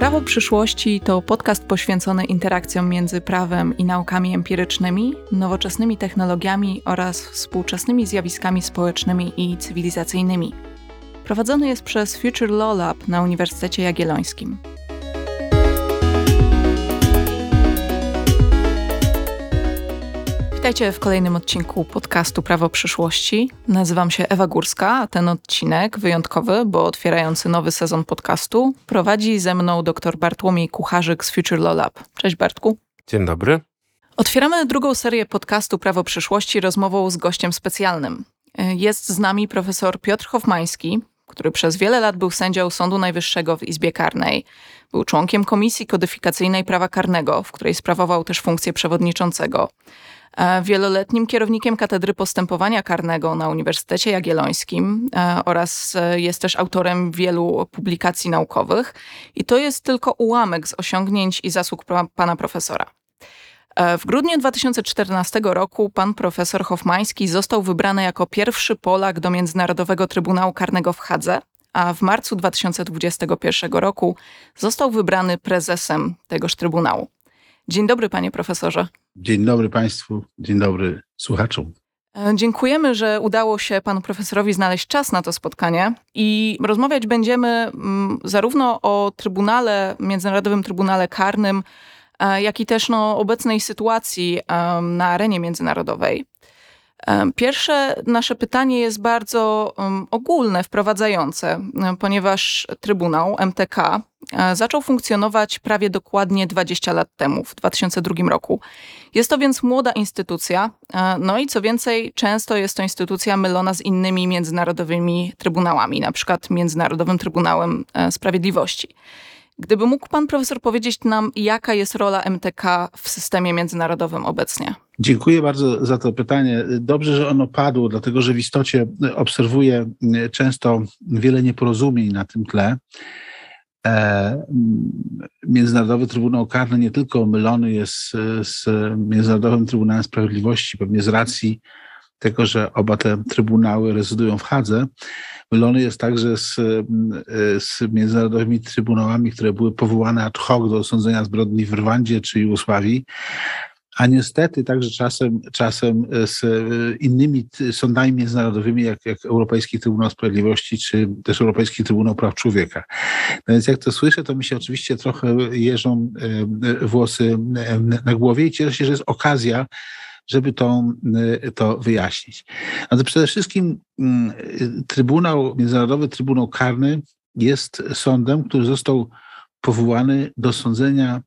Prawo przyszłości to podcast poświęcony interakcjom między prawem i naukami empirycznymi, nowoczesnymi technologiami oraz współczesnymi zjawiskami społecznymi i cywilizacyjnymi. Prowadzony jest przez Future Law Lab na Uniwersytecie Jagiellońskim. Witajcie w kolejnym odcinku podcastu Prawo przyszłości. Nazywam się Ewa Górska, a ten odcinek wyjątkowy, bo otwierający nowy sezon podcastu, prowadzi ze mną dr Bartłomiej Kucharzyk z Future Law Lab. Cześć Bartku. Dzień dobry. Otwieramy drugą serię podcastu Prawo przyszłości rozmową z gościem specjalnym. Jest z nami profesor Piotr Hofmański, który przez wiele lat był sędzią Sądu Najwyższego w Izbie Karnej. Był członkiem Komisji Kodyfikacyjnej Prawa Karnego, w której sprawował też funkcję przewodniczącego. Wieloletnim kierownikiem Katedry Postępowania Karnego na Uniwersytecie Jagiellońskim oraz jest też autorem wielu publikacji naukowych. I to jest tylko ułamek z osiągnięć i zasług pana profesora. W grudniu 2014 roku pan profesor Hofmański został wybrany jako pierwszy Polak do Międzynarodowego Trybunału Karnego w Hadze, a w marcu 2021 roku został wybrany prezesem tegoż Trybunału. Dzień dobry, panie profesorze. Dzień dobry państwu, dzień dobry słuchaczom. Dziękujemy, że udało się panu profesorowi znaleźć czas na to spotkanie i rozmawiać będziemy zarówno o Trybunale, Międzynarodowym Trybunale Karnym, jak i też obecnej sytuacji na arenie międzynarodowej. Pierwsze nasze pytanie jest bardzo ogólne, wprowadzające, ponieważ Trybunał MTK zaczął funkcjonować prawie dokładnie 20 lat temu, w 2002 roku. Jest to więc młoda instytucja, no i co więcej, często jest to instytucja mylona z innymi międzynarodowymi trybunałami, na przykład Międzynarodowym Trybunałem Sprawiedliwości. Gdyby mógł pan profesor powiedzieć nam, jaka jest rola MTK w systemie międzynarodowym obecnie? Dziękuję bardzo za to pytanie. Dobrze, że ono padło, dlatego że w istocie obserwuję często wiele nieporozumień na tym tle. Międzynarodowy Trybunał Karny nie tylko mylony jest z Międzynarodowym Trybunałem Sprawiedliwości, pewnie z racji tego, że oba te trybunały rezydują w Hadze, mylony jest także z międzynarodowymi trybunałami, które były powołane ad hoc do osądzenia zbrodni w Rwandzie czy Jugosławii, a niestety także czasem z innymi sądami międzynarodowymi, jak Europejski Trybunał Sprawiedliwości, czy też Europejski Trybunał Praw Człowieka. No więc jak to słyszę, to mi się oczywiście trochę jeżą włosy na głowie i cieszę się, że jest okazja, żeby to wyjaśnić. No to przede wszystkim Międzynarodowy Trybunał Karny jest sądem, który został powołany do sądzenia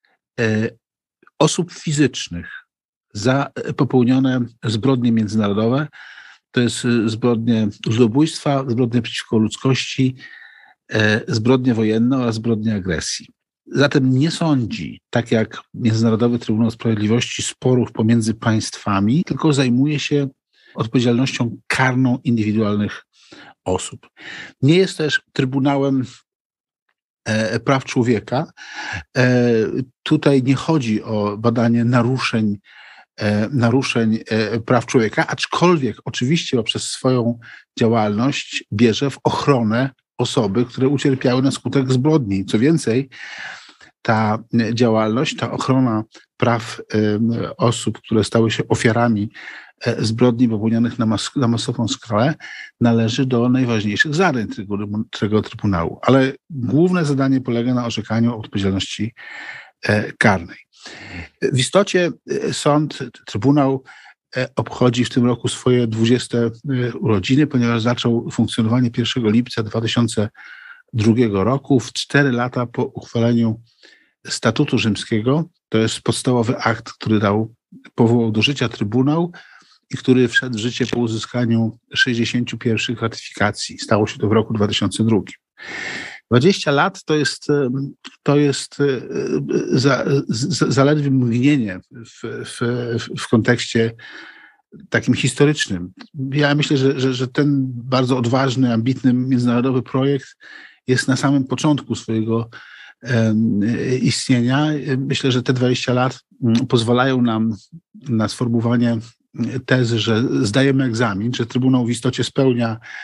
osób fizycznych za popełnione zbrodnie międzynarodowe. To jest zbrodnie ludobójstwa, zbrodnie przeciwko ludzkości, zbrodnie wojenne oraz zbrodnie agresji. Zatem nie sądzi, tak jak Międzynarodowy Trybunał Sprawiedliwości, sporów pomiędzy państwami, tylko zajmuje się odpowiedzialnością karną indywidualnych osób. Nie jest też Trybunałem Praw Człowieka. Tutaj nie chodzi o badanie naruszeń praw człowieka, aczkolwiek oczywiście poprzez swoją działalność bierze w ochronę osoby, które ucierpiały na skutek zbrodni. Co więcej, ta działalność, ta ochrona praw osób, które stały się ofiarami zbrodni popełnionych na masową skalę, należy do najważniejszych zadań tego Trybunału. Ale główne zadanie polega na orzekaniu o odpowiedzialności karnej. W istocie Trybunał obchodzi w tym roku swoje 20 urodziny, ponieważ zaczął funkcjonowanie 1 lipca 2002 roku, w 4 lata po uchwaleniu Statutu Rzymskiego. To jest podstawowy akt, który powołał do życia Trybunał i który wszedł w życie po uzyskaniu 61 ratyfikacji. Stało się to w roku 2002. 20 lat to jest zaledwie mgnienie w kontekście takim historycznym. Ja myślę, że ten bardzo odważny, ambitny międzynarodowy projekt jest na samym początku swojego istnienia. Myślę, że te 20 lat pozwalają nam na sformułowanie tezy, że zdajemy egzamin, że Trybunał w istocie spełnia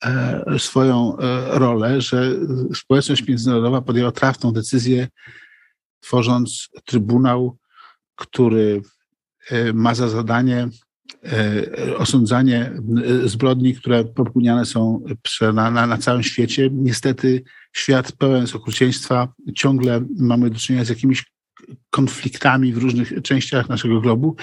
swoją rolę, że społeczność międzynarodowa podjęła trafną decyzję, tworząc Trybunał, który ma za zadanie osądzanie zbrodni, które popełniane są na całym świecie. Niestety świat pełen jest okrucieństwa. Ciągle mamy do czynienia z jakimiś konfliktami w różnych częściach naszego globu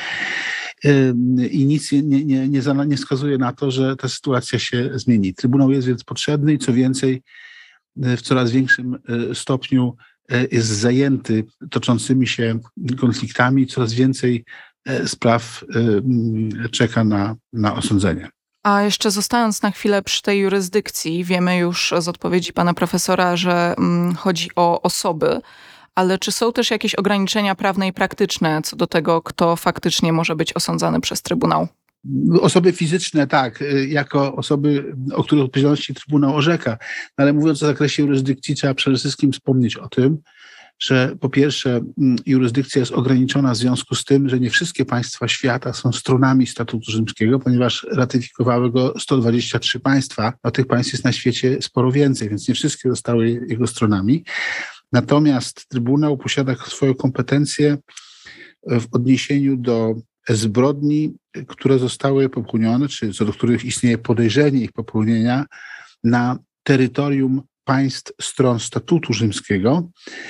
i nic nie wskazuje na to, że ta sytuacja się zmieni. Trybunał jest więc potrzebny i co więcej, w coraz większym stopniu jest zajęty toczącymi się konfliktami. Coraz więcej spraw czeka na osądzenie. A jeszcze zostając na chwilę przy tej jurysdykcji, wiemy już z odpowiedzi pana profesora, że chodzi o osoby, ale czy są też jakieś ograniczenia prawne i praktyczne co do tego, kto faktycznie może być osądzany przez Trybunał? Osoby fizyczne, tak, jako osoby, o których odpowiedzialności Trybunał orzeka. Ale mówiąc o zakresie jurysdykcji, trzeba przede wszystkim wspomnieć o tym, że po pierwsze jurysdykcja jest ograniczona w związku z tym, że nie wszystkie państwa świata są stronami Statutu Rzymskiego, ponieważ ratyfikowały go 123 państwa, a tych państw jest na świecie sporo więcej, więc nie wszystkie zostały jego stronami. Natomiast Trybunał posiada swoją kompetencję w odniesieniu do zbrodni, które zostały popełnione, czy co do których istnieje podejrzenie ich popełnienia na terytorium państw stron Statutu Rzymskiego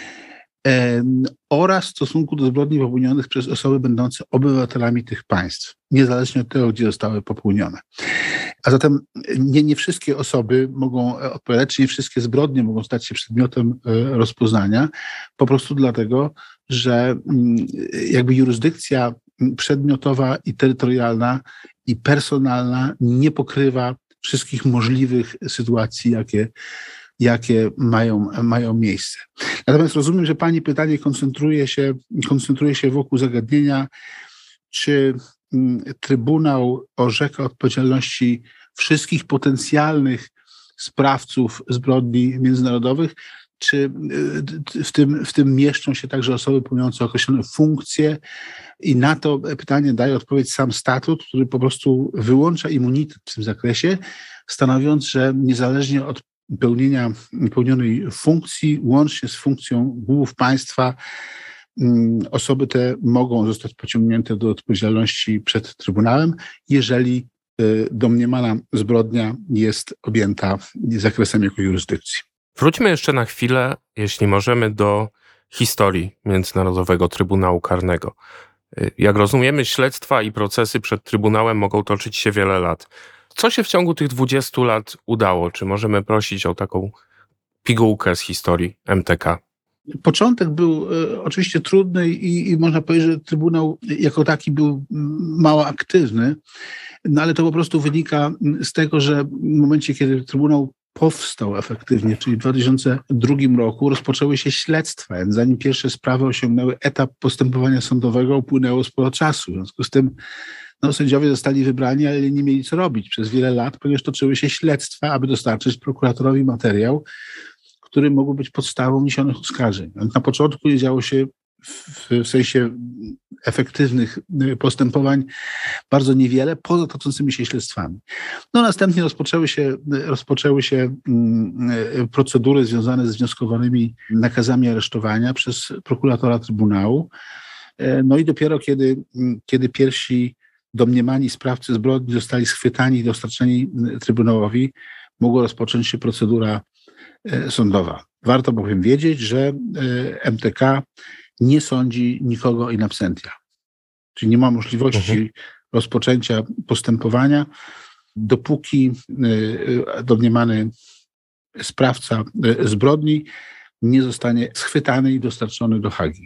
oraz w stosunku do zbrodni popełnionych przez osoby będące obywatelami tych państw, niezależnie od tego, gdzie zostały popełnione. A zatem nie wszystkie osoby mogą odpowiadać, czy nie wszystkie zbrodnie mogą stać się przedmiotem rozpoznania, po prostu dlatego, że jakby jurysdykcja przedmiotowa i terytorialna i personalna nie pokrywa wszystkich możliwych sytuacji, jakie mają miejsce. Natomiast rozumiem, że pani pytanie koncentruje się wokół zagadnienia, czy Trybunał orzeka odpowiedzialności wszystkich potencjalnych sprawców zbrodni międzynarodowych, czy w tym mieszczą się także osoby pełniące określone funkcje. I na to pytanie daje odpowiedź sam statut, który po prostu wyłącza immunitet w tym zakresie, stanowiąc, że niezależnie od pełnionej funkcji, łącznie z funkcją głów państwa, osoby te mogą zostać pociągnięte do odpowiedzialności przed Trybunałem, jeżeli domniemana zbrodnia jest objęta zakresem jego jurysdykcji. Wróćmy jeszcze na chwilę, jeśli możemy, do historii Międzynarodowego Trybunału Karnego. Jak rozumiemy, śledztwa i procesy przed Trybunałem mogą toczyć się wiele lat. Co się w ciągu tych 20 lat udało? Czy możemy prosić o taką pigułkę z historii MTK? Początek był oczywiście trudny i można powiedzieć, że Trybunał jako taki był mało aktywny, no ale to po prostu wynika z tego, że w momencie, kiedy Trybunał powstał efektywnie, czyli w 2002 roku, rozpoczęły się śledztwa. Zanim pierwsze sprawy osiągnęły etap postępowania sądowego, upłynęło sporo czasu. W związku z tym sędziowie zostali wybrani, ale nie mieli co robić przez wiele lat, ponieważ toczyły się śledztwa, aby dostarczyć prokuratorowi materiał, który mógł być podstawą wniesionych oskarżeń. Na początku nie działo się w sensie efektywnych postępowań bardzo niewiele, poza toczącymi się śledztwami. Następnie rozpoczęły się procedury związane z wnioskowanymi nakazami aresztowania przez prokuratora Trybunału. I dopiero kiedy pierwsi domniemani sprawcy zbrodni zostali schwytani i dostarczeni Trybunałowi, mogła rozpocząć się procedura sądowa. Warto bowiem wiedzieć, że MTK nie sądzi nikogo in absentia. Czyli nie ma możliwości rozpoczęcia postępowania, dopóki domniemany sprawca zbrodni nie zostanie schwytany i dostarczony do Hagi.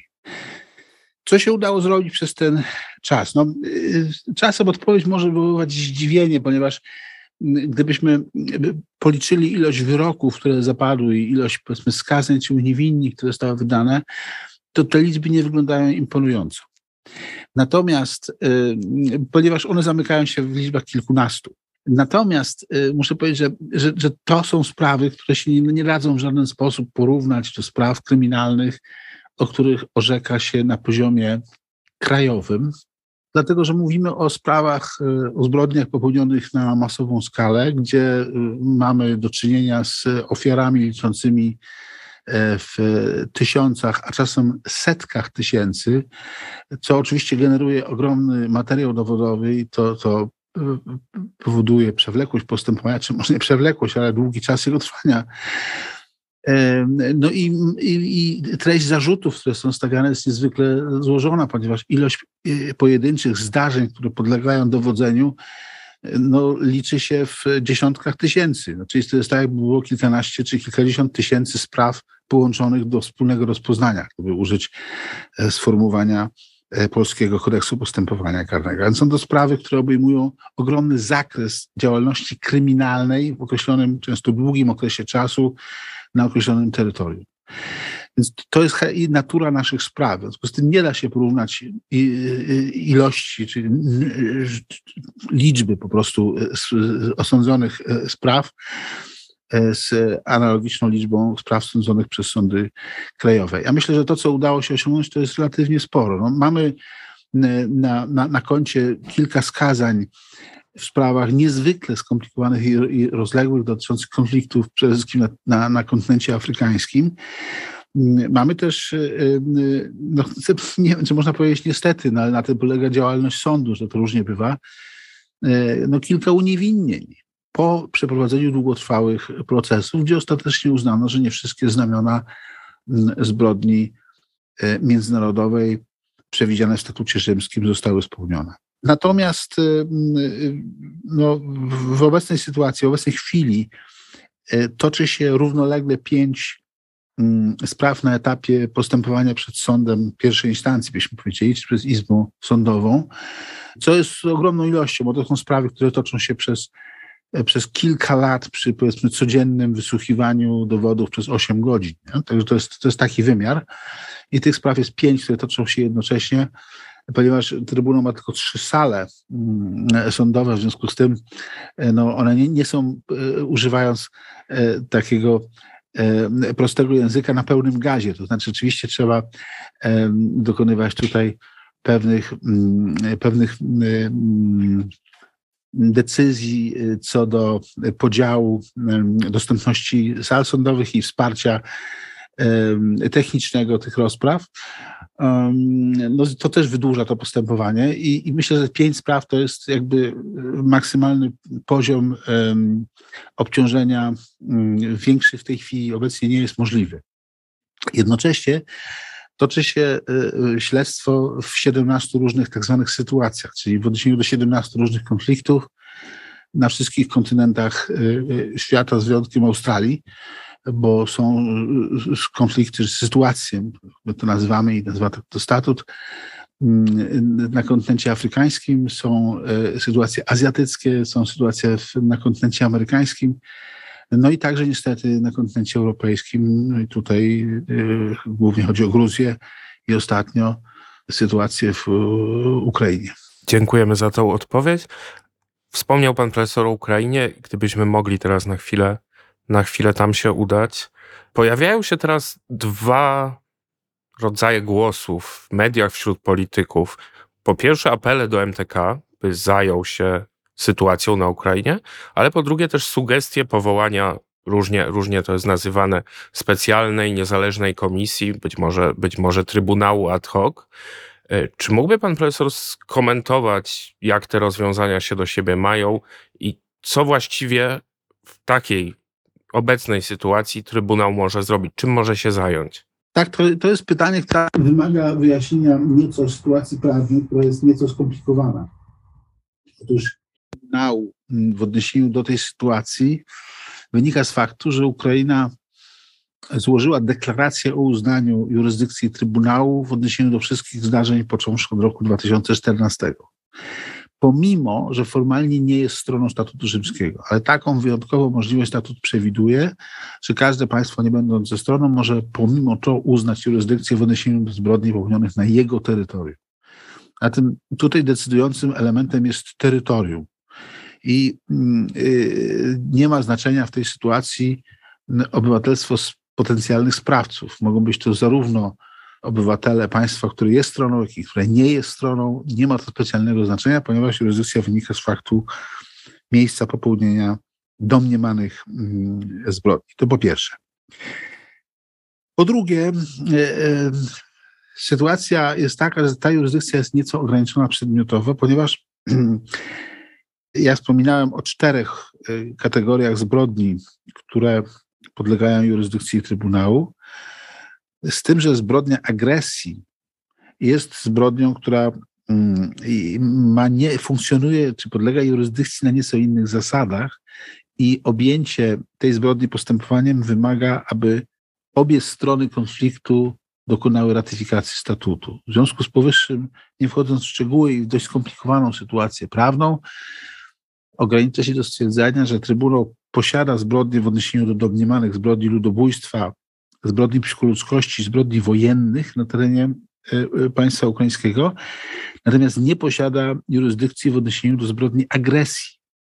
Co się udało zrobić przez ten czas? Czasem odpowiedź może wywoływać zdziwienie, ponieważ gdybyśmy policzyli ilość wyroków, które zapadły i ilość, powiedzmy, skazań czy uniewinnień, które zostały wydane, to te liczby nie wyglądają imponująco. Natomiast, ponieważ one zamykają się w liczbach kilkunastu. Natomiast muszę powiedzieć, że to są sprawy, które się nie dadzą w żaden sposób porównać do spraw kryminalnych, o których orzeka się na poziomie krajowym, Dlatego, że mówimy o sprawach, o zbrodniach popełnionych na masową skalę, gdzie mamy do czynienia z ofiarami liczącymi w tysiącach, a czasem setkach tysięcy, co oczywiście generuje ogromny materiał dowodowy i to powoduje przewlekłość postępowania, czy może nie przewlekłość, ale długi czas jego trwania. No i treść zarzutów, które są stawiane, jest niezwykle złożona, ponieważ ilość pojedynczych zdarzeń, które podlegają dowodzeniu, no, liczy się w dziesiątkach tysięcy. No, czyli to jest tak, jakby było kilkanaście czy kilkadziesiąt tysięcy spraw połączonych do wspólnego rozpoznania, gdyby użyć sformułowania Polskiego Kodeksu Postępowania Karnego. Więc są to sprawy, które obejmują ogromny zakres działalności kryminalnej w określonym, często długim okresie czasu na określonym terytorium. Więc to jest natura naszych spraw. W związku z tym nie da się porównać ilości, czy liczby po prostu osądzonych spraw z analogiczną liczbą spraw sądzonych przez sądy krajowe. Ja myślę, że to, co udało się osiągnąć, to jest relatywnie sporo. No, mamy na koncie kilka skazań w sprawach niezwykle skomplikowanych i rozległych, dotyczących konfliktów przede wszystkim na kontynencie afrykańskim. Mamy też, no, nie wiem, czy można powiedzieć niestety, no, ale na tym polega działalność sądu, że to różnie bywa, no, kilka uniewinnień po przeprowadzeniu długotrwałych procesów, gdzie ostatecznie uznano, że nie wszystkie znamiona zbrodni międzynarodowej przewidziane w statucie rzymskim zostały spełnione. Natomiast no, w obecnej sytuacji, w obecnej chwili toczy się równolegle 5 spraw na etapie postępowania przed sądem pierwszej instancji, byśmy powiedzieli, czy przez Izbę Sądową, co jest ogromną ilością, bo to są sprawy, które toczą się przez kilka lat przy, powiedzmy, codziennym wysłuchiwaniu dowodów przez 8 godzin. Nie? Także to jest taki wymiar. I tych spraw jest 5, które toczą się jednocześnie, ponieważ Trybunał ma tylko 3 sale sądowe, w związku z tym no, one nie są, używając takiego prostego języka, na pełnym gazie. To znaczy rzeczywiście trzeba dokonywać tutaj pewnych decyzji co do podziału dostępności sal sądowych i wsparcia technicznego tych rozpraw. No, to też wydłuża to postępowanie i myślę, że 5 spraw to jest jakby maksymalny poziom obciążenia. Większy w tej chwili obecnie nie jest możliwy. Jednocześnie toczy się śledztwo w 17 różnych tak zwanych sytuacjach, czyli w odniesieniu do 17 różnych konfliktów na wszystkich kontynentach świata z wyjątkiem Australii, bo są konflikty, sytuacje, my to nazywamy i nazywa to statut. Na kontynencie afrykańskim są sytuacje azjatyckie, są sytuacje na kontynencie amerykańskim, no i także niestety na kontynencie europejskim. No i tutaj głównie chodzi o Gruzję i ostatnio sytuację w Ukrainie. Dziękujemy za tą odpowiedź. Wspomniał pan profesor o Ukrainie. Gdybyśmy mogli teraz na chwilę tam się udać. Pojawiają się teraz 2 rodzaje głosów w mediach, wśród polityków. Po pierwsze apele do MTK, by zajął się sytuacją na Ukrainie, ale po drugie też sugestie powołania, różnie to jest nazywane, specjalnej, niezależnej komisji, być może Trybunału ad hoc. Czy mógłby pan profesor skomentować, jak te rozwiązania się do siebie mają i co właściwie w takiej obecnej sytuacji Trybunał może zrobić? Czym może się zająć? Tak, to jest pytanie, które wymaga wyjaśnienia nieco sytuacji prawnej, która jest nieco skomplikowana. Otóż Trybunał w odniesieniu do tej sytuacji wynika z faktu, że Ukraina złożyła deklarację o uznaniu jurysdykcji Trybunału w odniesieniu do wszystkich zdarzeń począwszy od roku 2014. Pomimo, że formalnie nie jest stroną statutu rzymskiego, ale taką wyjątkową możliwość statut przewiduje, że każde państwo nie będąc ze stroną może pomimo to uznać jurysdykcję w odniesieniu do zbrodni popełnionych na jego terytorium. Zatem tutaj decydującym elementem jest terytorium. I nie ma znaczenia w tej sytuacji obywatelstwo potencjalnych sprawców. Mogą być to zarówno obywatele państwa, które jest stroną, jak i które nie jest stroną, nie ma to specjalnego znaczenia, ponieważ jurysdykcja wynika z faktu miejsca popełnienia domniemanych zbrodni. To po pierwsze. Po drugie, sytuacja jest taka, że ta jurysdykcja jest nieco ograniczona przedmiotowo, ponieważ ja wspominałem o 4 kategoriach zbrodni, które podlegają jurysdykcji Trybunału, z tym, że zbrodnia agresji jest zbrodnią, która funkcjonuje, czy podlega jurysdykcji na nieco innych zasadach i objęcie tej zbrodni postępowaniem wymaga, aby obie strony konfliktu dokonały ratyfikacji statutu. W związku z powyższym, nie wchodząc w szczegóły i w dość skomplikowaną sytuację prawną, ogranicza się do stwierdzenia, że Trybunał posiada zbrodnie w odniesieniu do domniemanych zbrodni ludobójstwa, zbrodni przeciwko ludzkości, zbrodni wojennych na terenie państwa ukraińskiego, natomiast nie posiada jurysdykcji w odniesieniu do zbrodni agresji.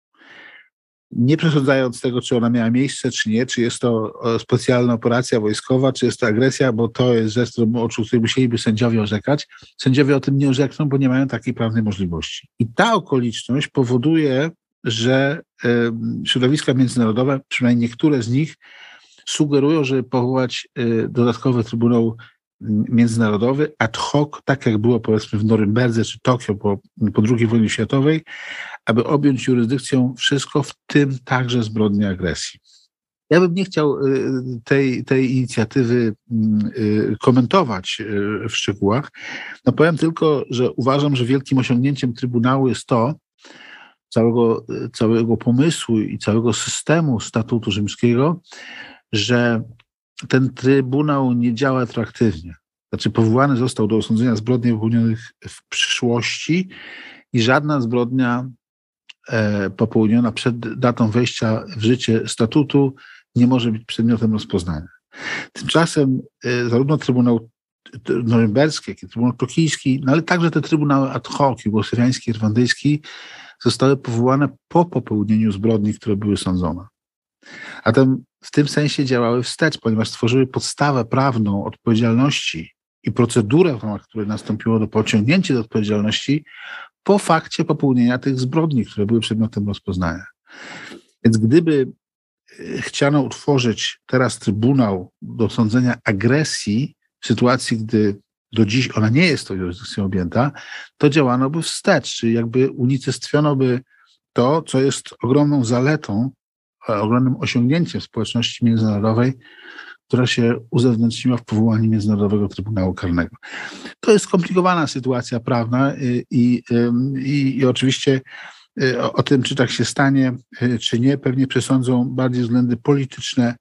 Nie przesądzając tego, czy ona miała miejsce, czy nie, czy jest to specjalna operacja wojskowa, czy jest to agresja, bo to jest rzecz, o której musieliby sędziowie orzekać. Sędziowie o tym nie orzekną, bo nie mają takiej prawnej możliwości. I ta okoliczność powoduje, że środowiska międzynarodowe, przynajmniej niektóre z nich, sugerują, żeby powołać dodatkowy Trybunał Międzynarodowy ad hoc, tak jak było powiedzmy w Norymberdze czy Tokio po II wojnie światowej, aby objąć jurysdykcją wszystko, w tym także zbrodnie agresji. Ja bym nie chciał tej inicjatywy komentować w szczegółach. No powiem tylko, że uważam, że wielkim osiągnięciem Trybunału jest to, całego pomysłu i całego systemu statutu rzymskiego, że ten Trybunał nie działa retroaktywnie. Znaczy powołany został do osądzenia zbrodni popełnionych w przyszłości i żadna zbrodnia popełniona przed datą wejścia w życie statutu nie może być przedmiotem rozpoznania. Tymczasem zarówno Trybunał Norymberski, jak i Trybunał Tokijski, no ale także te trybunały ad hoc, jugoslawiański, irlandyjski, zostały powołane po popełnieniu zbrodni, które były sądzone. A w tym sensie działały wstecz, ponieważ stworzyły podstawę prawną odpowiedzialności i procedurę, w ramach której nastąpiło do pociągnięcia do odpowiedzialności po fakcie popełnienia tych zbrodni, które były przedmiotem rozpoznania. Więc gdyby chciano utworzyć teraz Trybunał do sądzenia agresji w sytuacji, gdy do dziś ona nie jest tą jurysdykcją objęta, to działano by wstecz, czyli jakby unicestwiono by to, co jest ogromną zaletą, ogromnym osiągnięciem społeczności międzynarodowej, która się uzewnętrzniła w powołaniu Międzynarodowego Trybunału Karnego. To jest skomplikowana sytuacja prawna i oczywiście o tym, czy tak się stanie, czy nie, pewnie przesądzą bardziej względy polityczne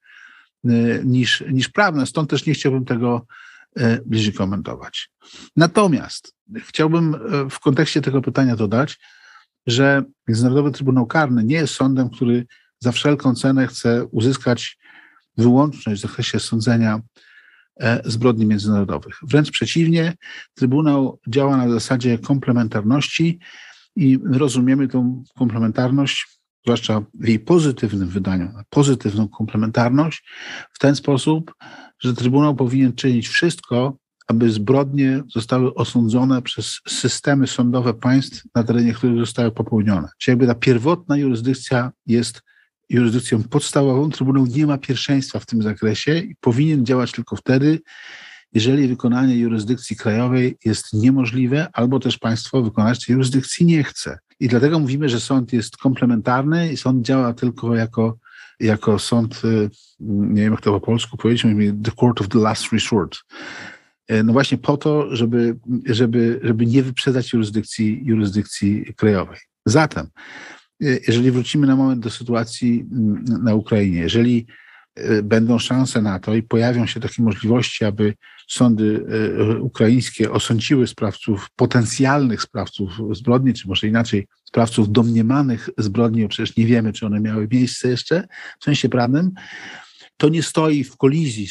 niż prawne. Stąd też nie chciałbym tego bliżej komentować. Natomiast chciałbym w kontekście tego pytania dodać, że Międzynarodowy Trybunał Karny nie jest sądem, który za wszelką cenę chce uzyskać wyłączność w zakresie sądzenia zbrodni międzynarodowych. Wręcz przeciwnie, Trybunał działa na zasadzie komplementarności i rozumiemy tą komplementarność, zwłaszcza w jej pozytywnym wydaniu, pozytywną komplementarność w ten sposób, że Trybunał powinien czynić wszystko, aby zbrodnie zostały osądzone przez systemy sądowe państw, na terenie których zostały popełnione. Czyli jakby ta pierwotna jurysdykcja jest jurysdykcją podstawową. Trybunał nie ma pierwszeństwa w tym zakresie i powinien działać tylko wtedy, jeżeli wykonanie jurysdykcji krajowej jest niemożliwe, albo też państwo wykonać tej jurysdykcji nie chce. I dlatego mówimy, że sąd jest komplementarny i sąd działa tylko jako sąd, nie wiem jak to po polsku powiedzieć, mówimy the court of the last resort. No właśnie po to, żeby nie wyprzedzać jurysdykcji krajowej. Zatem, jeżeli wrócimy na moment do sytuacji na Ukrainie, jeżeli będą szanse na to i pojawią się takie możliwości, aby sądy ukraińskie osądziły potencjalnych sprawców zbrodni, czy może inaczej, sprawców domniemanych zbrodni, bo przecież nie wiemy, czy one miały miejsce jeszcze w sensie prawnym, to nie stoi w kolizji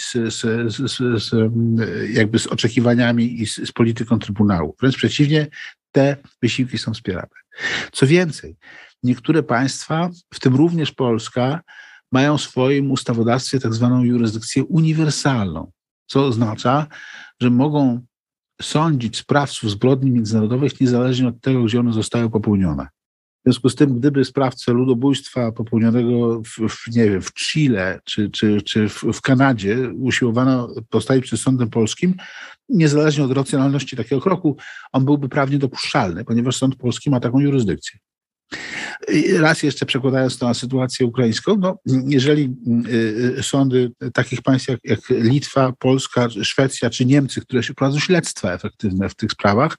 z oczekiwaniami i z polityką Trybunału. Wręcz przeciwnie, te wysiłki są wspierane. Co więcej, niektóre państwa, w tym również Polska, mają w swoim ustawodawstwie tak zwaną jurysdykcję uniwersalną. co oznacza, że mogą sądzić sprawców zbrodni międzynarodowych niezależnie od tego, gdzie one zostały popełnione. W związku z tym, gdyby sprawcę ludobójstwa popełnionego w Chile czy w Kanadzie usiłowano postawić przed sądem polskim, niezależnie od racjonalności takiego kroku, on byłby prawnie dopuszczalny, ponieważ sąd polski ma taką jurysdykcję. I raz jeszcze przekładając to na sytuację ukraińską, jeżeli sądy takich państw jak Litwa, Polska, Szwecja czy Niemcy, które się prowadzą śledztwa efektywne w tych sprawach,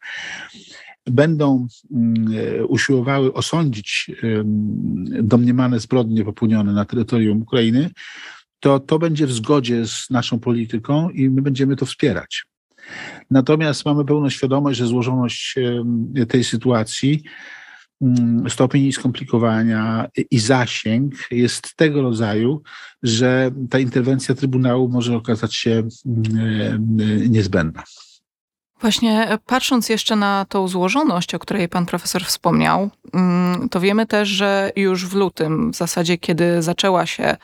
będą usiłowały osądzić domniemane zbrodnie popełnione na terytorium Ukrainy, to będzie w zgodzie z naszą polityką i my będziemy to wspierać. Natomiast mamy pełną świadomość, że złożoność tej sytuacji, stopień skomplikowania i zasięg jest tego rodzaju, że ta interwencja Trybunału może okazać się niezbędna. Właśnie patrząc jeszcze na tą złożoność, o której pan profesor wspomniał, to wiemy też, że już w lutym, w zasadzie kiedy zaczęła się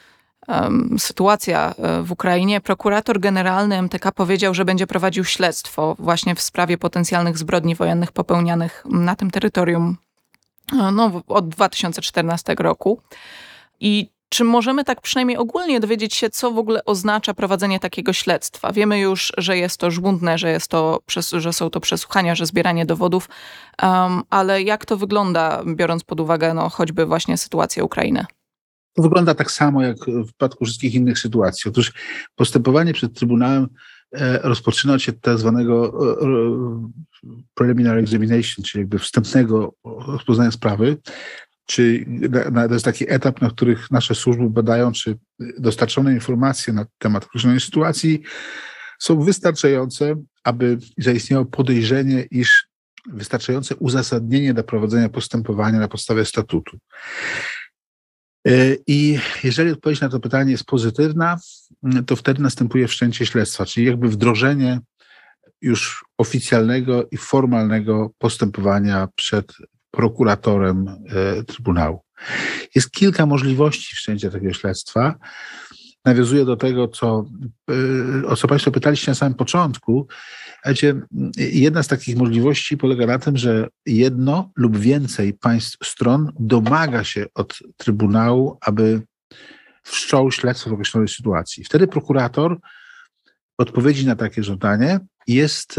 sytuacja w Ukrainie, prokurator generalny MTK powiedział, że będzie prowadził śledztwo właśnie w sprawie potencjalnych zbrodni wojennych popełnianych na tym terytorium od 2014 roku. I czy możemy tak przynajmniej ogólnie dowiedzieć się, co w ogóle oznacza prowadzenie takiego śledztwa? Wiemy już, że jest to żmudne, że są to przesłuchania, że zbieranie dowodów, ale jak to wygląda, biorąc pod uwagę choćby właśnie sytuację Ukrainy? To wygląda tak samo jak w przypadku wszystkich innych sytuacji. Otóż postępowanie przed Trybunałem rozpoczyna się od tak zwanego preliminary examination, czyli jakby wstępnego rozpoznania sprawy. To jest taki etap, na których nasze służby badają, czy dostarczone informacje na temat określonej sytuacji są wystarczające, aby zaistniało podejrzenie, iż wystarczające uzasadnienie do prowadzenia postępowania na podstawie statutu. I jeżeli odpowiedź na to pytanie jest pozytywna, to wtedy następuje wszczęcie śledztwa, czyli jakby wdrożenie już oficjalnego i formalnego postępowania przed prokuratorem Trybunału. Jest kilka możliwości wszczęcia takiego śledztwa. Nawiązuję do tego, o co Państwo pytaliście na samym początku. Jedna z takich możliwości polega na tym, że jedno lub więcej państw stron domaga się od Trybunału, aby wszczął śledztwo w określonej sytuacji. Wtedy prokurator w odpowiedzi na takie żądanie jest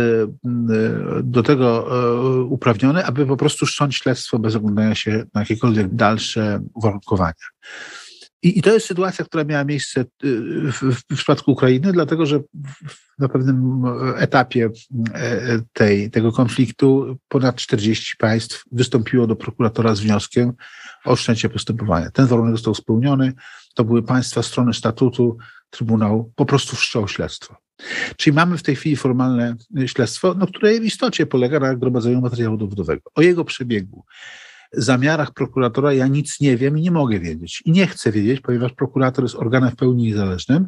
do tego uprawniony, aby po prostu wszcząć śledztwo bez oglądania się na jakiekolwiek dalsze uwarunkowania. I to jest sytuacja, która miała miejsce w przypadku Ukrainy, dlatego że na pewnym etapie tego konfliktu ponad 40 państw wystąpiło do prokuratora z wnioskiem o wszczęcie postępowania. Ten warunek został spełniony. To były państwa strony statutu. Trybunał po prostu wszczął śledztwo. Czyli mamy w tej chwili formalne śledztwo, które w istocie polega na gromadzeniu materiału dowodowego. O jego przebiegu, zamiarach prokuratora ja nic nie wiem i nie mogę wiedzieć. I nie chcę wiedzieć, ponieważ prokurator jest organem w pełni niezależnym.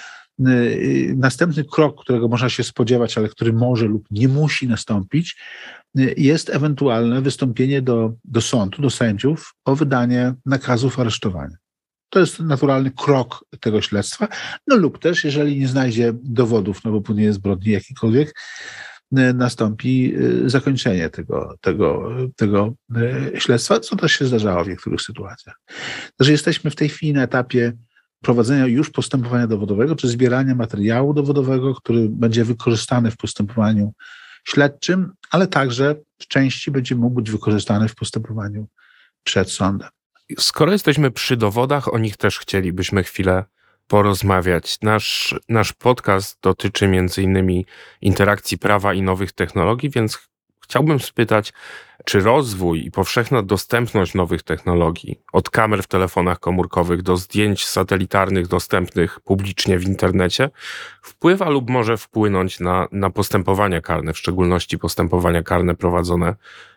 Następny krok, którego można się spodziewać, ale który może lub nie musi nastąpić, jest ewentualne wystąpienie do sądu, do sędziów o wydanie nakazów aresztowania. To jest naturalny krok tego śledztwa, lub też, jeżeli nie znajdzie dowodów na popełnienie zbrodni jakikolwiek, nastąpi zakończenie tego śledztwa, co też się zdarzało w niektórych sytuacjach. Także jesteśmy w tej chwili na etapie prowadzenia już postępowania dowodowego, czy zbierania materiału dowodowego, który będzie wykorzystany w postępowaniu śledczym, ale także w części będzie mógł być wykorzystany w postępowaniu przed sądem. Skoro jesteśmy przy dowodach, o nich też chcielibyśmy chwilę porozmawiać. Nasz podcast dotyczy m.in. interakcji prawa i nowych technologii, więc chciałbym spytać, czy rozwój i powszechna dostępność nowych technologii, od kamer w telefonach komórkowych do zdjęć satelitarnych dostępnych publicznie w internecie, wpływa lub może wpłynąć na postępowania karne, w szczególności postępowania karne prowadzone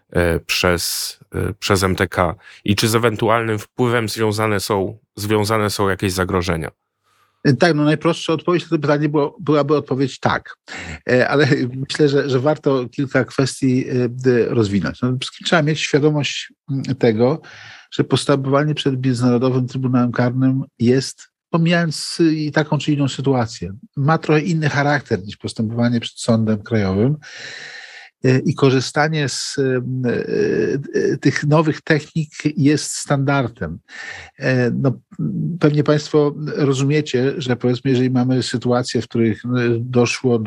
przez MTK i czy z ewentualnym wpływem związane są jakieś zagrożenia? Tak, najprostsza odpowiedź na to pytanie byłaby odpowiedź tak, ale myślę, że warto kilka kwestii rozwinąć. Trzeba mieć świadomość tego, że postępowanie przed Międzynarodowym Trybunałem Karnym jest pomijając i taką czy inną sytuację. Ma trochę inny charakter niż postępowanie przed sądem krajowym i korzystanie z tych nowych technik jest standardem. No, pewnie Państwo rozumiecie, że powiedzmy, jeżeli mamy sytuacje, w których doszło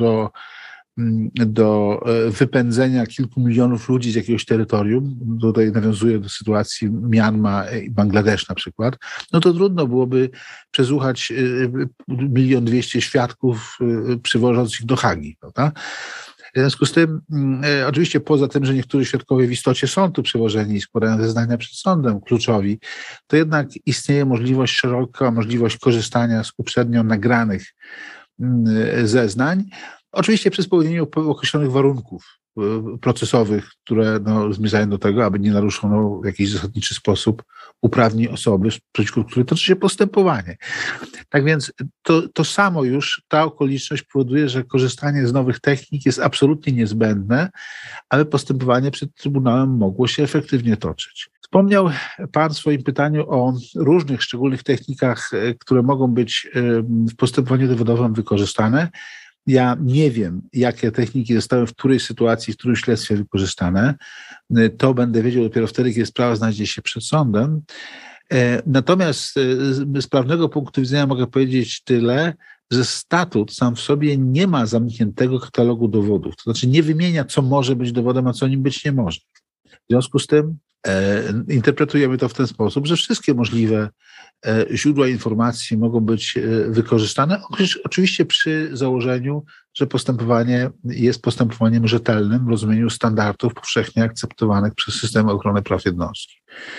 do wypędzenia kilku milionów ludzi z jakiegoś terytorium, tutaj nawiązuję do sytuacji Mjanma i Bangladesz na przykład, no to trudno byłoby przesłuchać 1 200 000 świadków, przywożąc ich do Hagi, prawda? W związku z tym, oczywiście poza tym, że niektórzy świadkowie w istocie są tu przełożeni i składają zeznania przed sądem, kluczowi, to jednak istnieje szeroka możliwość korzystania z uprzednio nagranych zeznań, oczywiście przy spełnieniu określonych warunków procesowych, które zmierzają do tego, aby nie naruszono w jakiś zasadniczy sposób uprawnień osoby, przeciwko której toczy się postępowanie. Tak więc to samo już, ta okoliczność powoduje, że korzystanie z nowych technik jest absolutnie niezbędne, aby postępowanie przed Trybunałem mogło się efektywnie toczyć. Wspomniał Pan w swoim pytaniu o różnych szczególnych technikach, które mogą być w postępowaniu dowodowym wykorzystane. Ja nie wiem, jakie techniki zostały w której sytuacji, w którym śledztwie wykorzystane. To będę wiedział dopiero wtedy, kiedy sprawa znajdzie się przed sądem. Natomiast z prawnego punktu widzenia mogę powiedzieć tyle, że statut sam w sobie nie ma zamkniętego katalogu dowodów. To znaczy nie wymienia, co może być dowodem, a co nim być nie może. W związku z tym interpretujemy to w ten sposób, że wszystkie możliwe źródła informacji mogą być wykorzystane, oczywiście przy założeniu, że postępowanie jest postępowaniem rzetelnym w rozumieniu standardów powszechnie akceptowanych przez system ochrony praw jednostki.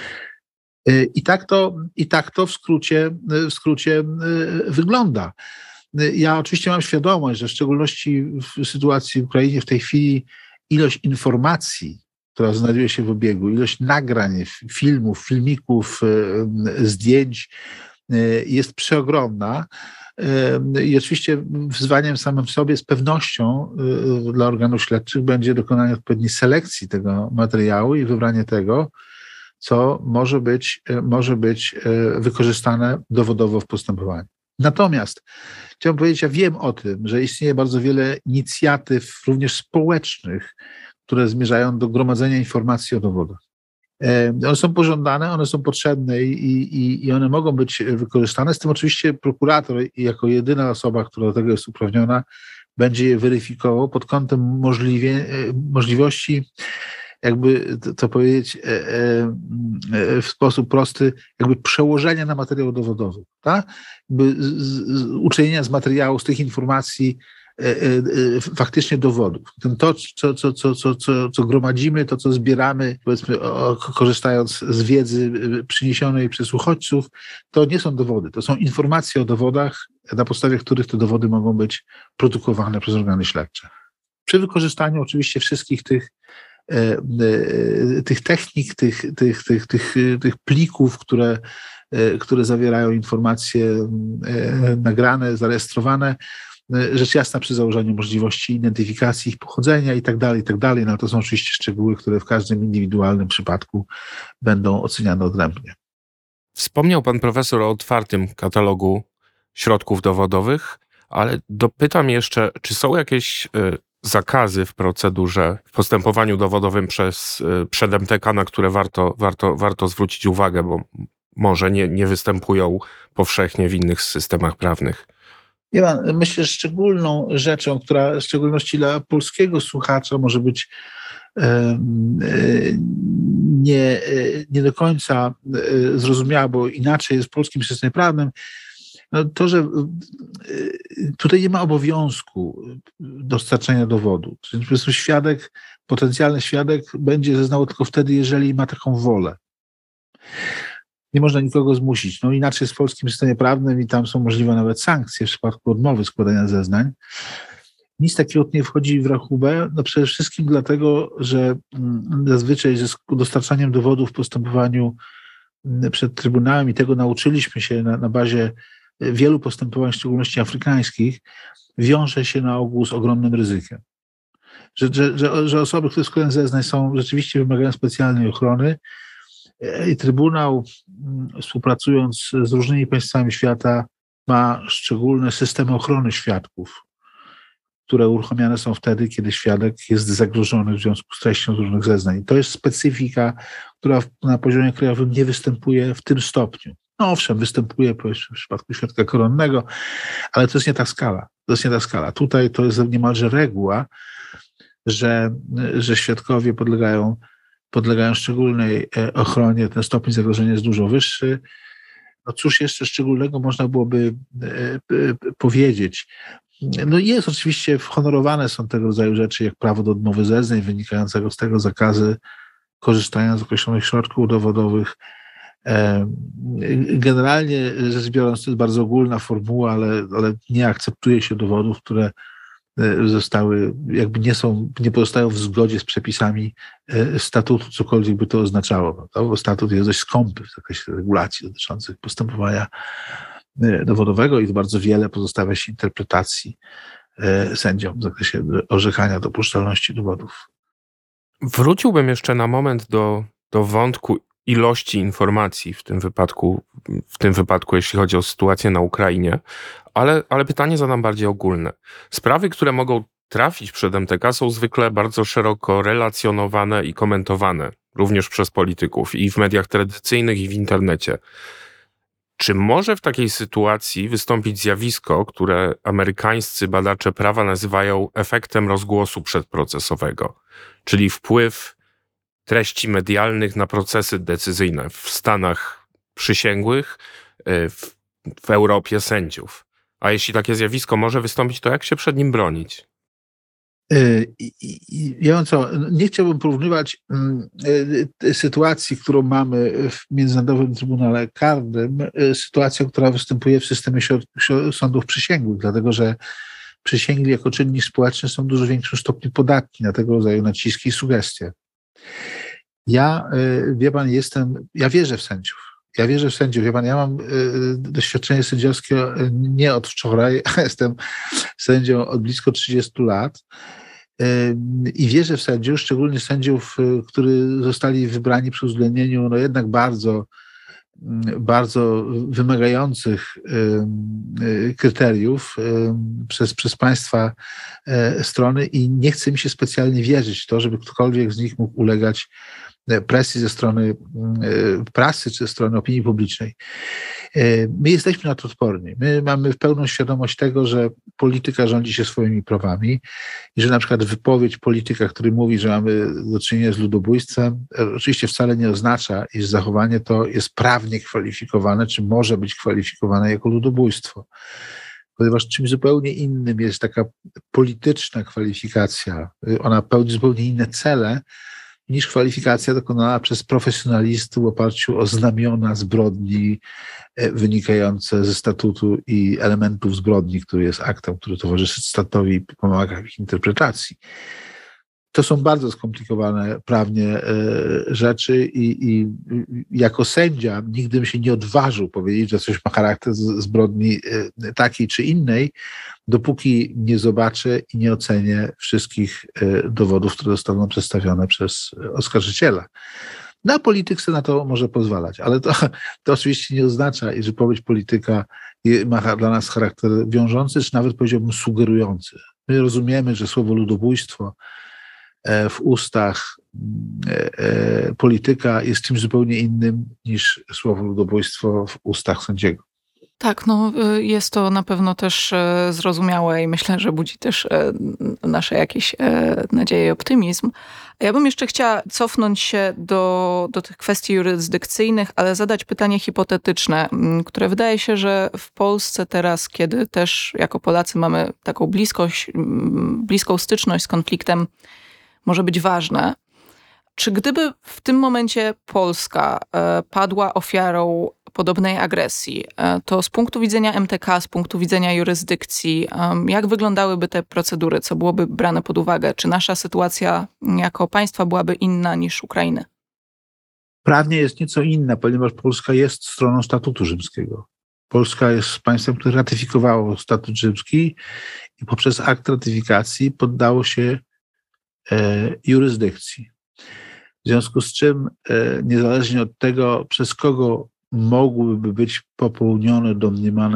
I tak to w skrócie wygląda. Ja oczywiście mam świadomość, że w szczególności w sytuacji w Ukrainie w tej chwili ilość informacji, która znajduje się w obiegu, ilość nagrań, filmów, filmików, zdjęć jest przeogromna. I oczywiście wyzwaniem samym w sobie z pewnością dla organów śledczych będzie dokonanie odpowiedniej selekcji tego materiału i wybranie tego, co może być wykorzystane dowodowo w postępowaniu. Natomiast chciałbym powiedzieć, ja wiem o tym, że istnieje bardzo wiele inicjatyw, również społecznych, które zmierzają do gromadzenia informacji o dowodach. One są pożądane, one są potrzebne i one mogą być wykorzystane. Z tym oczywiście prokurator jako jedyna osoba, która do tego jest uprawniona, będzie je weryfikował pod kątem możliwości, jakby to powiedzieć w sposób prosty, jakby przełożenia na materiał dowodowy. Tak? Uczynienia z materiału, z tych informacji faktycznie dowodów. To, co gromadzimy, to, co zbieramy, powiedzmy, korzystając z wiedzy przyniesionej przez uchodźców, to nie są dowody, to są informacje o dowodach, na podstawie których te dowody mogą być produkowane przez organy śledcze. Przy wykorzystaniu oczywiście wszystkich tych technik, tych plików, które zawierają informacje nagrane, zarejestrowane, rzecz jasna przy założeniu możliwości identyfikacji ich pochodzenia i tak dalej. No to są oczywiście szczegóły, które w każdym indywidualnym przypadku będą oceniane odrębnie. Wspomniał pan profesor o otwartym katalogu środków dowodowych, ale dopytam jeszcze, czy są jakieś zakazy w procedurze, w postępowaniu dowodowym przed MTK, na które warto zwrócić uwagę, bo może nie występują powszechnie w innych systemach prawnych? Myślę, że szczególną rzeczą, która w szczególności dla polskiego słuchacza może być nie do końca zrozumiała, bo inaczej jest w polskim systemie prawnym, no to, że tutaj nie ma obowiązku dostarczania dowodu. Czyli po prostu potencjalny świadek będzie zeznał tylko wtedy, jeżeli ma taką wolę. Nie można nikogo zmusić. No inaczej jest w polskim systemie prawnym i tam są możliwe nawet sankcje w przypadku odmowy składania zeznań. Nic takiego nie wchodzi w rachubę. No przede wszystkim dlatego, że zazwyczaj z dostarczaniem dowodów w postępowaniu przed Trybunałem, i tego nauczyliśmy się na bazie wielu postępowań, w szczególności afrykańskich, wiąże się na ogół z ogromnym ryzykiem. Że osoby, które składają zeznań, rzeczywiście wymagają specjalnej ochrony i Trybunał, współpracując z różnymi państwami świata, ma szczególne systemy ochrony świadków, które uruchamiane są wtedy, kiedy świadek jest zagrożony w związku z treścią różnych zeznań. To jest specyfika, która na poziomie krajowym nie występuje w tym stopniu. No owszem, występuje w przypadku świadka koronnego, ale to jest nie ta skala. Tutaj to jest niemalże reguła, że świadkowie podlegają szczególnej ochronie, ten stopień zagrożenia jest dużo wyższy. No cóż jeszcze szczególnego można byłoby powiedzieć? No jest oczywiście, honorowane są tego rodzaju rzeczy, jak prawo do odmowy zeznań wynikającego z tego zakazy korzystania z określonych środków dowodowych. Generalnie rzecz biorąc, to jest bardzo ogólna formuła, ale nie akceptuje się dowodów, które zostały, jakby nie pozostają w zgodzie z przepisami statutu, cokolwiek by to oznaczało. No, statut jest dość skąpy w zakresie regulacji dotyczących postępowania dowodowego i to bardzo wiele pozostawia się interpretacji sędziom w zakresie orzekania dopuszczalności dowodów. Wróciłbym jeszcze na moment do wątku ilości informacji w tym wypadku, jeśli chodzi o sytuację na Ukrainie, ale pytanie zadam bardziej ogólne. Sprawy, które mogą trafić przed MTK, są zwykle bardzo szeroko relacjonowane i komentowane, również przez polityków i w mediach tradycyjnych, i w internecie. Czy może w takiej sytuacji wystąpić zjawisko, które amerykańscy badacze prawa nazywają efektem rozgłosu przedprocesowego, czyli wpływ treści medialnych na procesy decyzyjne w Stanach przysięgłych, w Europie sędziów? A jeśli takie zjawisko może wystąpić, to jak się przed nim bronić? Nie chciałbym porównywać sytuacji, którą mamy w Międzynarodowym Trybunale Karnym, sytuacją, która występuje w systemie sądów przysięgłych, dlatego że przysięgli jako czynnik społeczny są w dużo większym stopniu podatni na tego rodzaju naciski i sugestie. Wie pan, ja wierzę w sędziów. Wie pan, ja mam doświadczenie sędziowskie nie od wczoraj, jestem sędzią od blisko 30 lat i wierzę w sędziów, szczególnie sędziów, którzy zostali wybrani przy uwzględnieniu jednak bardzo, bardzo wymagających kryteriów przez państwa strony i nie chce mi się specjalnie wierzyć w to, żeby ktokolwiek z nich mógł ulegać presji ze strony prasy czy ze strony opinii publicznej. My jesteśmy na to odporni. My mamy pełną świadomość tego, że polityka rządzi się swoimi prawami i że na przykład wypowiedź polityka, który mówi, że mamy do czynienia z ludobójstwem, oczywiście wcale nie oznacza, iż zachowanie to jest prawnie kwalifikowane, czy może być kwalifikowane jako ludobójstwo. Ponieważ czymś zupełnie innym jest taka polityczna kwalifikacja. Ona pełni zupełnie inne cele, niż kwalifikacja dokonana przez profesjonalistów w oparciu o znamiona zbrodni wynikające ze statutu i elementów zbrodni, który jest aktem, który towarzyszy statutowi i pomaga w ich interpretacji. To są bardzo skomplikowane prawnie rzeczy i jako sędzia nigdy bym się nie odważył powiedzieć, że coś ma charakter zbrodni takiej czy innej, dopóki nie zobaczę i nie ocenię wszystkich dowodów, które zostaną przedstawione przez oskarżyciela. No a polityk chce na to może pozwalać, ale to oczywiście nie oznacza, że wypowiedź polityka ma dla nas charakter wiążący, czy nawet powiedziałbym sugerujący. My rozumiemy, że słowo ludobójstwo w ustach polityka jest czymś zupełnie innym niż słowo ludobójstwo w ustach sędziego. Tak, no jest to na pewno też zrozumiałe i myślę, że budzi też nasze jakieś nadzieje i optymizm. Ja bym jeszcze chciała cofnąć się do tych kwestii jurysdykcyjnych, ale zadać pytanie hipotetyczne, które wydaje się, że w Polsce teraz, kiedy też jako Polacy mamy taką bliską styczność z konfliktem, może być ważne. Czy gdyby w tym momencie Polska padła ofiarą podobnej agresji, to z punktu widzenia MTK, z punktu widzenia jurysdykcji, jak wyglądałyby te procedury, co byłoby brane pod uwagę? Czy nasza sytuacja jako państwa byłaby inna niż Ukrainy? Prawnie jest nieco inna, ponieważ Polska jest stroną Statutu Rzymskiego. Polska jest państwem, które ratyfikowało Statut Rzymski i poprzez akt ratyfikacji poddało się jurysdykcji. W związku z czym, niezależnie od tego, przez kogo mogłyby być popełnione domniemane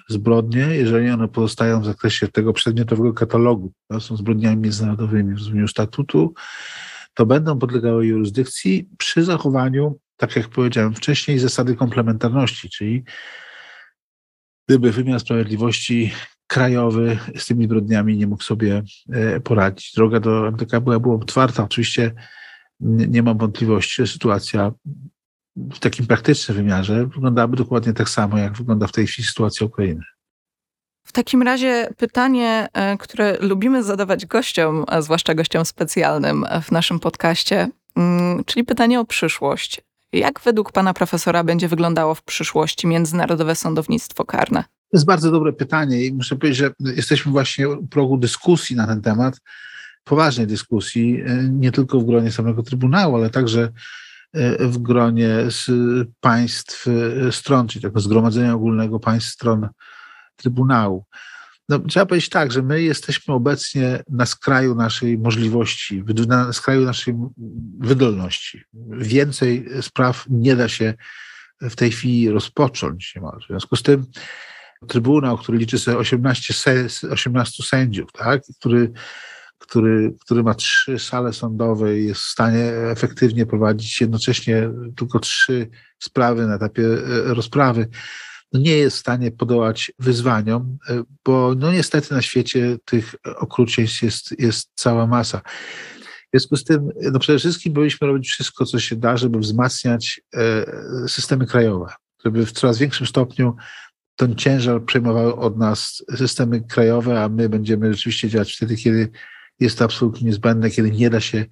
zbrodnie, jeżeli one pozostają w zakresie tego przedmiotowego katalogu, to są zbrodniami międzynarodowymi w rozumieniu statutu, to będą podlegały jurysdykcji przy zachowaniu, tak jak powiedziałem wcześniej, zasady komplementarności, czyli gdyby wymiar sprawiedliwości krajowy z tymi zbrodniami nie mógł sobie poradzić. Droga do MTK była otwarta. Oczywiście nie mam wątpliwości, że sytuacja w takim praktycznym wymiarze wyglądałaby dokładnie tak samo, jak wygląda w tej chwili sytuacja Ukrainy. W takim razie pytanie, które lubimy zadawać gościom, a zwłaszcza gościom specjalnym w naszym podcaście, czyli pytanie o przyszłość. Jak według pana profesora będzie wyglądało w przyszłości międzynarodowe sądownictwo karne? To jest bardzo dobre pytanie i muszę powiedzieć, że jesteśmy właśnie u progu dyskusji na ten temat, poważnej dyskusji, nie tylko w gronie samego Trybunału, ale także w gronie z państw stron, czyli tego Zgromadzenia Ogólnego Państw Stron Trybunału. No, trzeba powiedzieć tak, że my jesteśmy obecnie na skraju naszej możliwości, na skraju naszej wydolności. Więcej spraw nie da się w tej chwili rozpocząć niemalże. W związku z tym Trybunał, który liczy sobie 18 sędziów, tak, który ma 3 sale sądowe i jest w stanie efektywnie prowadzić jednocześnie tylko 3 sprawy na etapie rozprawy, no nie jest w stanie podołać wyzwaniom, bo no niestety na świecie tych okrucieństw jest cała masa. W związku z tym no przede wszystkim powinniśmy robić wszystko, co się da, żeby wzmacniać systemy krajowe, żeby w coraz większym stopniu ten ciężar przejmowały od nas systemy krajowe, a my będziemy rzeczywiście działać wtedy, kiedy jest to absolutnie niezbędne, kiedy nie da się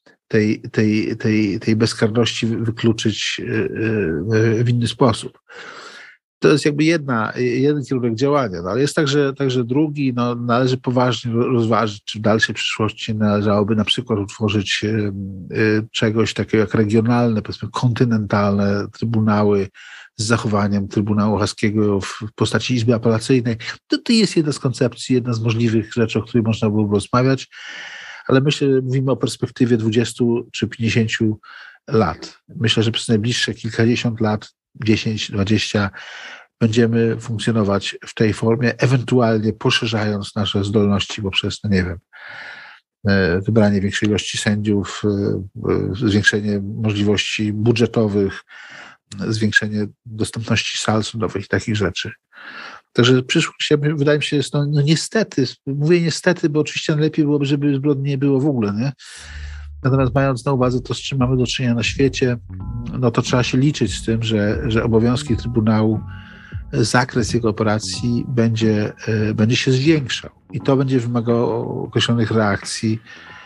tej bezkarności wykluczyć w inny sposób. To jest jakby jeden kierunek działania, no ale jest także drugi, no należy poważnie rozważyć, czy w dalszej przyszłości należałoby na przykład utworzyć czegoś takiego jak regionalne, powiedzmy kontynentalne trybunały z zachowaniem Trybunału Haskiego w postaci Izby Apelacyjnej. To jest jedna z koncepcji, jedna z możliwych rzeczy, o której można byłoby rozmawiać, ale myślę, że mówimy o perspektywie 20 czy 50 lat. Myślę, że przez najbliższe kilkadziesiąt lat, 10, 20, będziemy funkcjonować w tej formie, ewentualnie poszerzając nasze zdolności poprzez, no nie wiem, wybranie większej ilości sędziów, zwiększenie możliwości budżetowych, zwiększenie dostępności sal sądowych i takich rzeczy. Także przyszłość, wydaje mi się, jest no niestety, mówię niestety, bo oczywiście najlepiej byłoby, żeby zbrodni nie było w ogóle, nie? Natomiast mając na uwadze to, z czym mamy do czynienia na świecie, no to trzeba się liczyć z tym, że obowiązki Trybunału, zakres jego operacji będzie się zwiększał i to będzie wymagało określonych reakcji,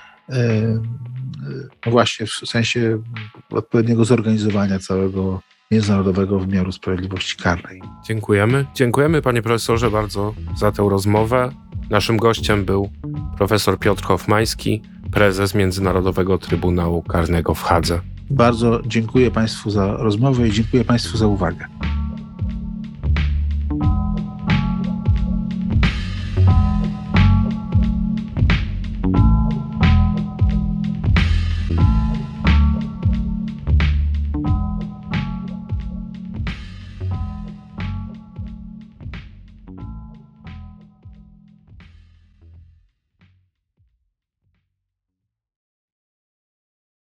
no właśnie w sensie odpowiedniego zorganizowania całego międzynarodowego wymiaru sprawiedliwości karnej. Dziękujemy panie profesorze bardzo za tę rozmowę. Naszym gościem był profesor Piotr Hofmański, prezes Międzynarodowego Trybunału Karnego w Hadze. Bardzo dziękuję państwu za rozmowę i dziękuję państwu za uwagę.